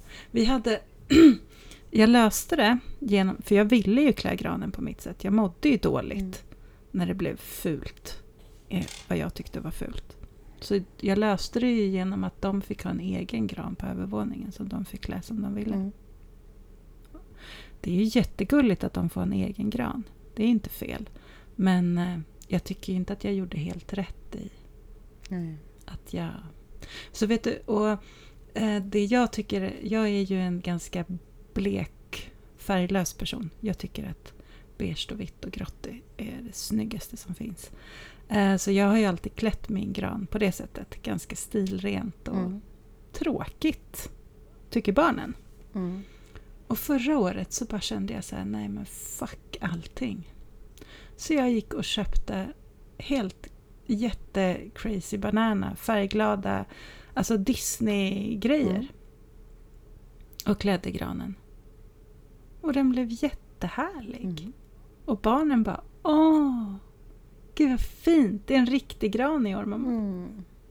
Jag löste det för jag ville ju klä granen på mitt sätt. Jag mådde ju dåligt när det blev fult. Vad jag tyckte var fult. Så jag löste det ju genom att de fick ha en egen gran på övervåningen som de fick klä som de ville. Det är ju jättegulligt att de får en egen gran. Det är inte fel. Men jag tycker inte att jag gjorde helt rätt i att jag... Så vet du, och det jag tycker... Jag är ju en ganska blek, färglös person. Jag tycker att beige och vitt och grått är det snyggaste som finns. Så jag har ju alltid klätt min gran på det sättet. Ganska stilrent och tråkigt, tycker barnen. Och förra året så bara kände jag så här, nej men fuck allting. Så jag gick och köpte helt jättecrazy banana, färgglada, alltså Disney-grejer. Och klädde granen. Och den blev jättehärlig. Och barnen bara, åh, gud vad fint, det är en riktig gran i år, mamma.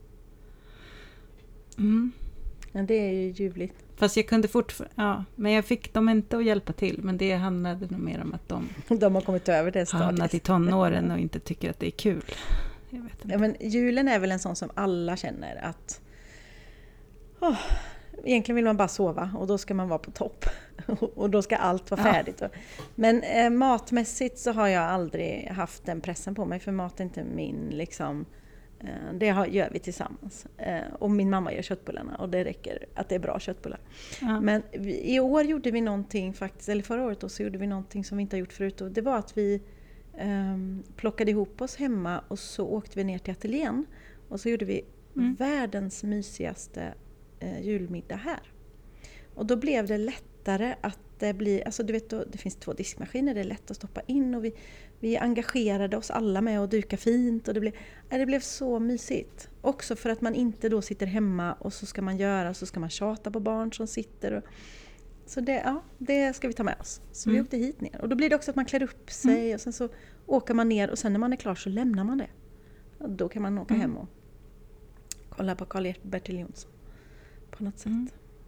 Ja, det är ju ljuvligt. Fast jag kunde fortfarande, men jag fick dem inte att hjälpa till. Men det handlade nog mer om att de har kommit över det stadiet. Har hamnat i tonåren och inte tycker att det är kul. Jag vet inte. Ja, men julen är väl en sån som alla känner att egentligen vill man bara sova och då ska man vara på topp. Och då ska allt vara färdigt. Men matmässigt så har jag aldrig haft den pressen på mig. För mat är inte min liksom... Det gör vi tillsammans. Och min mamma gör köttbullarna. Och det räcker att det är bra köttbullar. Men i år gjorde vi någonting faktiskt. Eller förra året då, så gjorde vi någonting som vi inte har gjort förut. Och det var att vi plockade ihop oss hemma. Och så åkte vi ner till ateljén. Och så gjorde vi världens mysigaste julmiddag här. Och då blev det lättare att det blir... Alltså du vet, det finns 2 diskmaskiner. Det är lätt att stoppa in. Och vi engagerade oss alla med att duka fint. Och det blev så mysigt. Också för att man inte då sitter hemma och så ska man tjata på barn som sitter. Så det ska vi ta med oss. Så vi åkte hit ner. Och då blir det också att man klär upp sig. Och sen så åker man ner. Och sen när man är klar så lämnar man det. Och då kan man åka hem och kolla på Karl-Bertil Jonsson på något sätt.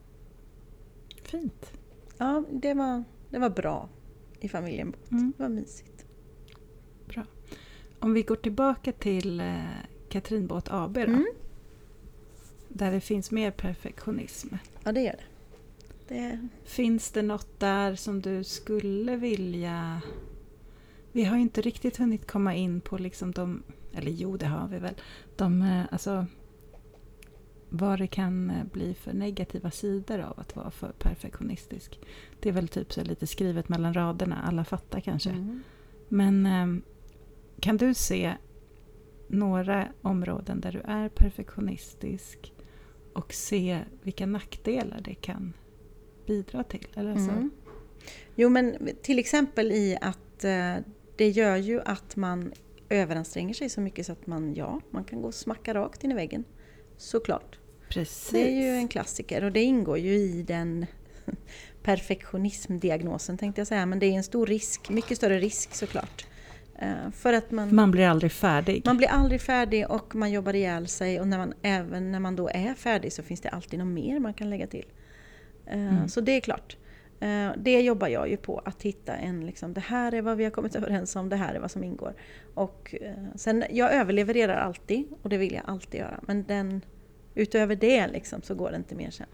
Fint. Ja, det var bra i familjen Båt. Det var mysigt. Bra. Om vi går tillbaka till Katrin Båt AB då. Där det finns mer perfektionism. Ja, det gör det. Finns det något där som du skulle vilja... Vi har ju inte riktigt hunnit komma in på liksom de... Eller jo, det har vi väl. Alltså, vad det kan bli för negativa sidor av att vara för perfektionistisk. Det är väl typ så lite skrivet mellan raderna. Alla fattar kanske. Men kan du se några områden där du är perfektionistisk och se vilka nackdelar det kan bidra till? Eller så? Jo, men till exempel i att det gör ju att man överanstränger sig så mycket så att man kan gå och smacka rakt in i väggen. Såklart. Precis. Det är ju en klassiker och det ingår ju i den perfektionismdiagnosen tänkte jag säga. Men det är en stor risk, mycket större risk såklart. För att man blir aldrig färdig. Man blir aldrig färdig och man jobbar ihjäl sig. Och även när man då är färdig så finns det alltid något mer man kan lägga till. Så det är klart. Det jobbar jag ju på. Att hitta det här är vad vi har kommit överens om. Det här är vad som ingår. Och sen, jag överlevererar alltid. Och det vill jag alltid göra. Men utöver det så går det inte mer sen.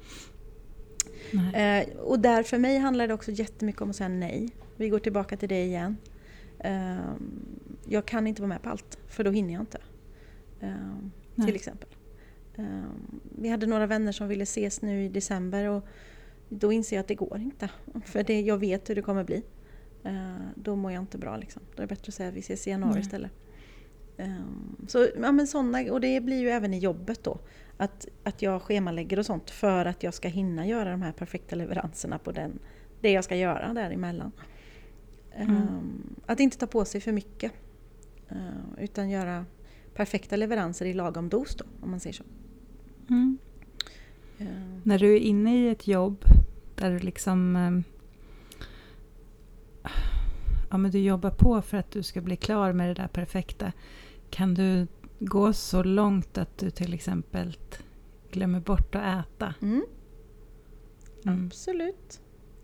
Och där för mig handlar det också jättemycket om att säga nej. Vi går tillbaka till det igen. Jag kan inte vara med på allt. För då hinner jag inte. Till exempel. Vi hade några vänner som ville ses nu i december. Och då inser jag att det går inte. För jag vet hur det kommer bli. Då mår jag inte bra. Då är det bättre att säga att vi ses i januari istället. Så, men sådana, och det blir ju även i jobbet då. Att jag schemalägger och sånt för att jag ska hinna göra de här perfekta leveranserna på det jag ska göra däremellan. Att inte ta på sig för mycket. Utan göra perfekta leveranser i lagom dos då, om man säger så. När du är inne i ett jobb där du men du jobbar på för att du ska bli klar med det där perfekta, kan du gå så långt att du till exempel glömmer bort att äta? Absolut.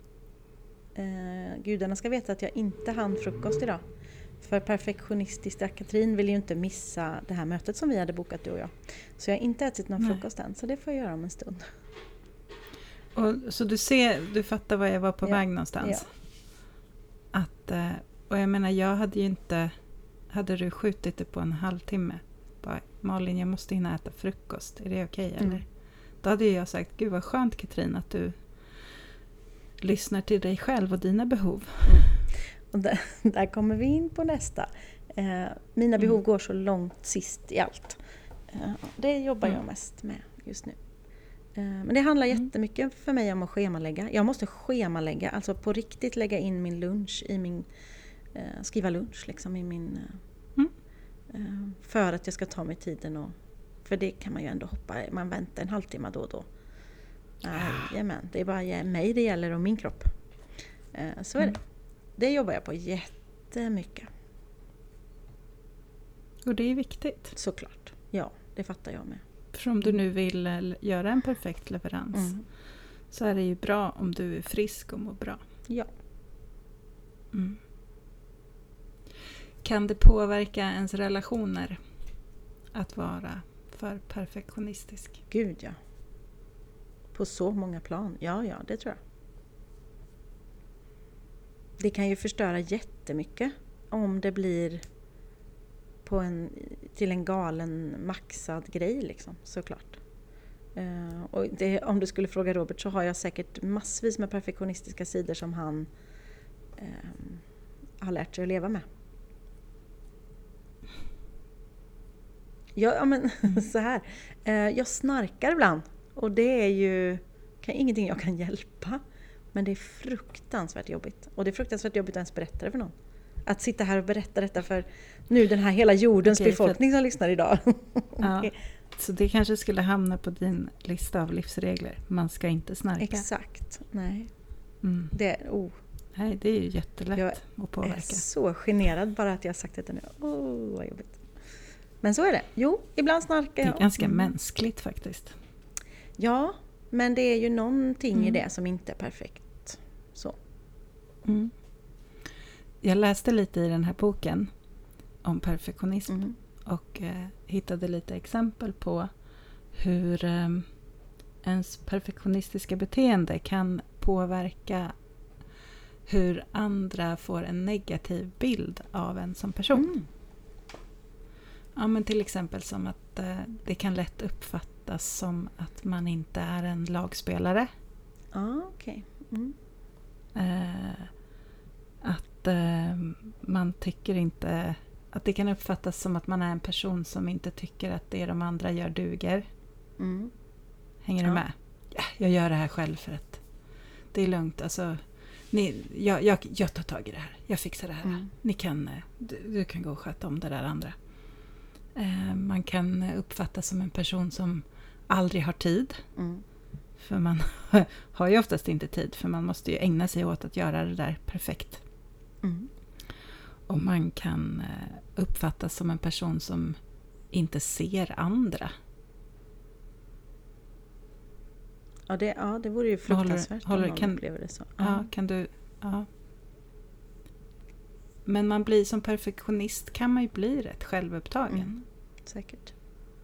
Gudarna ska veta att jag inte hann frukost idag. För perfektionistiska Katrin vill ju inte missa det här mötet som vi hade bokat, du och jag. Så jag har inte ätit någon frukost än, så det får jag göra om en stund. Så du fattar var jag var på väg någonstans? Ja. Och jag menar, jag hade ju inte... Hade du skjutit det på en halvtimme? Bara, Malin, jag måste hinna äta frukost. Är det okej, eller? Då hade jag sagt, gud vad skönt Katrin att du lyssnar till dig själv och dina behov. Och där kommer vi in på nästa. Mina behov går så långt sist i allt. Det jobbar jag mest med just nu. Men det handlar jättemycket för mig om att schemalägga. Jag måste schemalägga, alltså på riktigt lägga in min lunch i min... skriva lunch i min... för att jag ska ta mig tiden för det kan man ju ändå hoppa. Man väntar en halvtimme då och då. Jajamän, det är bara mig det gäller och min kropp. Så är det. Det jobbar jag på jättemycket. Och det är viktigt. Såklart. Ja, det fattar jag med. För om du nu vill göra en perfekt leverans så är det ju bra om du är frisk och mår bra. Ja. Kan det påverka ens relationer att vara för perfektionistisk? Gud, ja. På så många plan. Ja, det tror jag. Det kan ju förstöra jättemycket om det blir till en galen maxad grej såklart. Och om du skulle fråga Robert så har jag säkert massvis med perfektionistiska sidor som han har lärt sig att leva med. Ja, men så här. Jag snarkar ibland. Och det är ju ingenting jag kan hjälpa. Men det är fruktansvärt jobbigt. Och det är fruktansvärt jobbigt att ens berätta det för någon. Att sitta här och berätta detta för nu den här hela jordens befolkning som lyssnar idag. Ja, så det kanske skulle hamna på din lista av livsregler. Man ska inte snarka. Exakt, nej. Nej, det är ju jättelätt att påverka. Jag är så generad bara att jag har sagt det nu. Vad jobbigt. Men så är det. Jo, ibland snarkar jag. Det är ganska mänskligt faktiskt. Ja, men det är ju någonting i det som inte är perfekt. Så. Mm. Jag läste lite i den här boken om perfektionism och hittade lite exempel på hur ens perfektionistiska beteende kan påverka hur andra får en negativ bild av en som person. Ja, men till exempel som att det kan lätt uppfattas som att man inte är en lagspelare. Okej. Att man tycker inte... Att det kan uppfattas som att man är en person som inte tycker att det de andra gör duger. Hänger du med? Ja, jag gör det här själv för att det är lugnt. Alltså, jag tar tag i det här. Jag fixar det här. Ni kan, du kan gå och sköta om det där andra. Man kan uppfattas som en person som aldrig har tid. För man har ju oftast inte tid. För man måste ju ägna sig åt att göra det där perfekt. Och man kan uppfattas som en person som inte ser andra. Det vore ju fruktansvärt om någon upplever det så. Ja, kan du... Ja. Men man blir som perfektionist kan man ju bli rätt självupptagen. Säkert.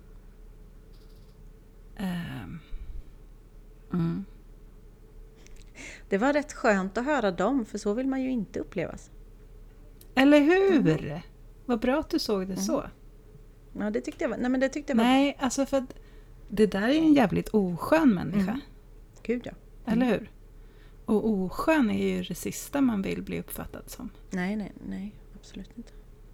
Det var rätt skönt att höra dem, för så vill man ju inte upplevas. Eller hur? Vad bra att du såg det så. Ja, det tyckte jag var... Nej, Nej, alltså för att det där är en jävligt oskön människa. Gud, ja. Eller hur? Och oskön är ju det sista man vill bli uppfattad som. Nej, absolut inte.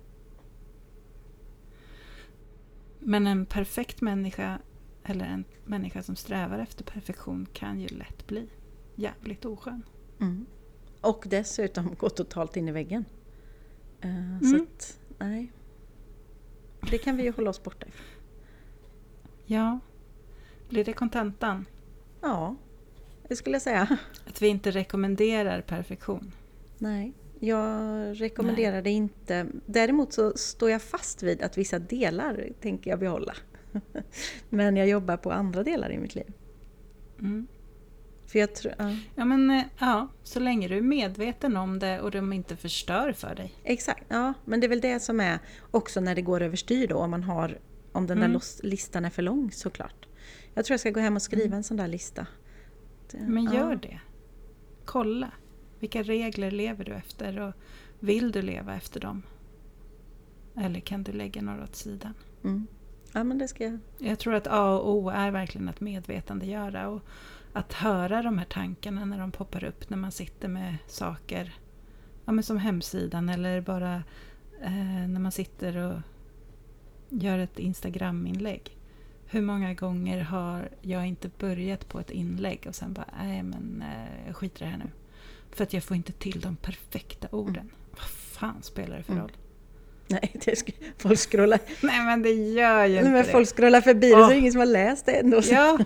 Men en perfekt människa, eller en människa som strävar efter perfektion, kan ju lätt bli jävligt oskön. Och dessutom gå totalt in i väggen. Så att, nej. Det kan vi ju hålla oss borta ifrån. Ja. Blir det kontentan? Ja, det skulle jag säga. Att vi inte rekommenderar perfektion? Nej, jag rekommenderar det inte. Däremot så står jag fast vid att vissa delar tänker jag behålla. Men jag jobbar på andra delar i mitt liv. För jag tror... så länge du är medveten om det och de inte förstör för dig. Exakt, ja. Men det är väl det som är också när det går överstyr då. Om den där listan är för lång, såklart. Jag tror jag ska gå hem och skriva en sån där lista. Men gör det. Kolla. Vilka regler lever du efter och vill du leva efter dem? Eller kan du lägga några åt sidan? Ja, men det ska jag. Jag tror att A och O är verkligen att medvetandegöra och att höra de här tankarna när de poppar upp när man sitter med saker, men som hemsidan eller bara när man sitter och gör ett Instagram-inlägg. Hur många gånger har jag inte börjat på ett inlägg och sen bara, jag skiter i det här nu. För att jag får inte till de perfekta orden. Vad fan spelar det för roll? Nej, folk scrollar. Nej, men det gör ju inte men det. Folk scrollar förbi det, så är det ingen som har läst det ändå. Ja.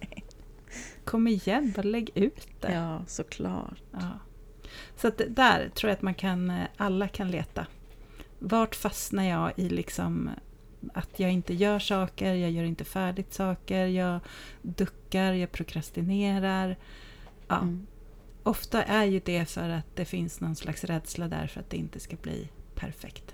Kom igen, bara lägg ut det. Ja, såklart. Ja. Så att där tror jag att alla kan leta. Vart fastnar jag i liksom att jag inte gör saker, jag gör inte färdigt saker, jag duckar, jag prokrastinerar. Ja. Ofta är ju det för att det finns någon slags rädsla där för att det inte ska bli perfekt.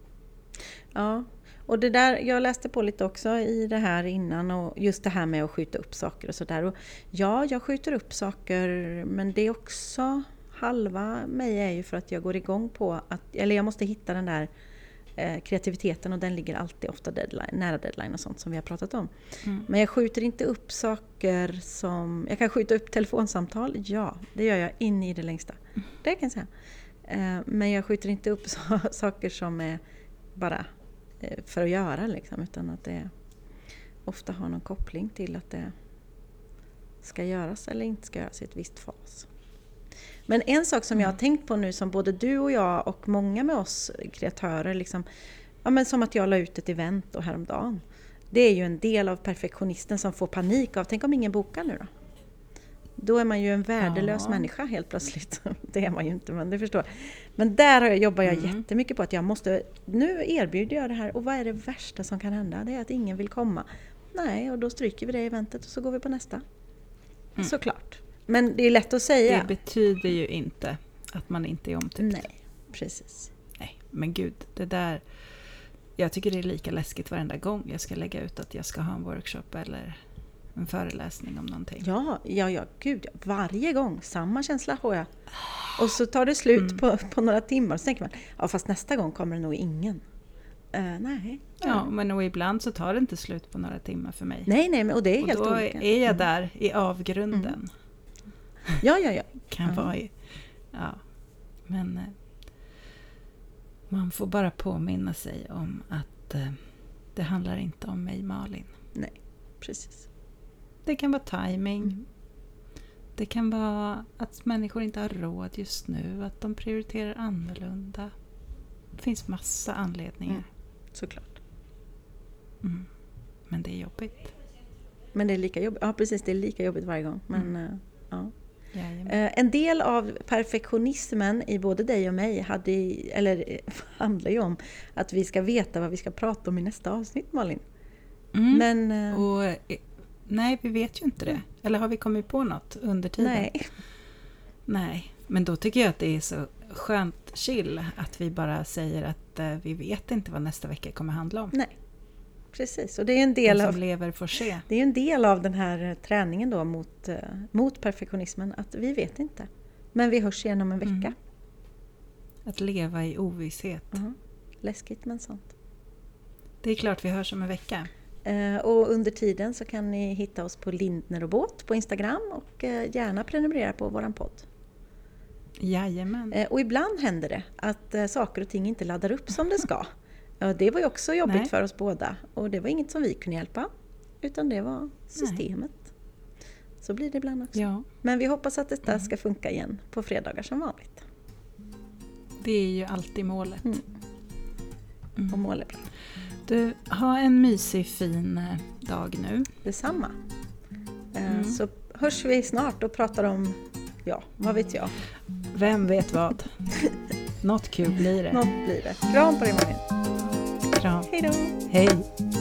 Ja, och det där, jag läste på lite också i det här innan och just det här med att skjuta upp saker och sådär. Och ja, jag skjuter upp saker, men det är också halva mig är ju för att jag går igång på eller jag måste hitta den där kreativiteten, och den ligger alltid ofta nära deadline och sånt som vi har pratat om. Men jag skjuter inte upp saker som... Jag kan skjuta upp telefonsamtal, ja, det gör jag in i det längsta. Det kan jag säga. Men jag skjuter inte upp saker som är bara för att göra liksom, utan att det ofta har någon koppling till att det ska göras eller inte ska göras i ett visst fas. Men en sak som jag har tänkt på nu, som både du och jag och många med oss kreatörer liksom, men som att jag la ut ett event och häromdagen. Det är ju en del av perfektionisten som får panik av, tänk om ingen bokar nu då? Då är man ju en värdelös människa helt plötsligt. Det är man ju inte, men det förstår. Men där jobbar jag jättemycket på att jag måste, nu erbjuder jag det här och vad är det värsta som kan hända? Det är att ingen vill komma. Nej, och då stryker vi det eventet och så går vi på nästa. Såklart. Men det är lätt att säga. Det betyder ju inte att man inte är omtyckt. Nej, precis. Nej, men gud, det där... Jag tycker det är lika läskigt varenda gång jag ska lägga ut att jag ska ha en workshop eller en föreläsning om någonting. Ja, gud. Varje gång, samma känsla får jag. Och så tar det slut på några timmar. Så tänker man, ja fast nästa gång kommer det nog ingen. Nej. Ja, men och ibland så tar det inte slut på några timmar för mig. Nej, men och det är och helt då olika. Är jag där i avgrunden. Ja. Kan vara i... Ja, men... Man får bara påminna sig om att det handlar inte om mig, Malin. Nej, precis. Det kan vara timing. Det kan vara att människor inte har råd just nu. Att de prioriterar annorlunda. Det finns massa anledningar. Såklart. Men det är jobbigt. Men det är lika jobbigt. Ja, precis. Det är lika jobbigt varje gång. Men ja. En del av perfektionismen i både dig och mig handlar ju om att vi ska veta vad vi ska prata om i nästa avsnitt, Malin. Men, nej, vi vet ju inte det. Eller har vi kommit på något under tiden? Nej, men då tycker jag att det är så skönt chill att vi bara säger att vi vet inte vad nästa vecka kommer handla om. Nej, precis. Och det är en del som lever får se. Det är en del av den här träningen då mot perfektionismen, att vi vet inte. Men vi hörs igen om en vecka. Att leva i ovisshet. Läskigt men sant. Det är klart vi hörs om en vecka. Och under tiden så kan ni hitta oss på Lindner och Båt på Instagram och gärna prenumerera på våran podd. Jajamän. Och ibland händer det att saker och ting inte laddar upp som det ska. Ja, det var ju också jobbigt för oss båda. Och det var inget som vi kunde hjälpa. Utan det var systemet. Så blir det ibland också. Ja. Men vi hoppas att detta ska funka igen på fredagar som vanligt. Det är ju alltid målet. Och målet. Du, ha en mysig fin dag nu. Detsamma. Så hörs vi snart och pratar om, vad vet jag. Vem vet vad? Något kul blir det. Något blir det. Kram på dig, Malin. Kram. Hej då. Hej.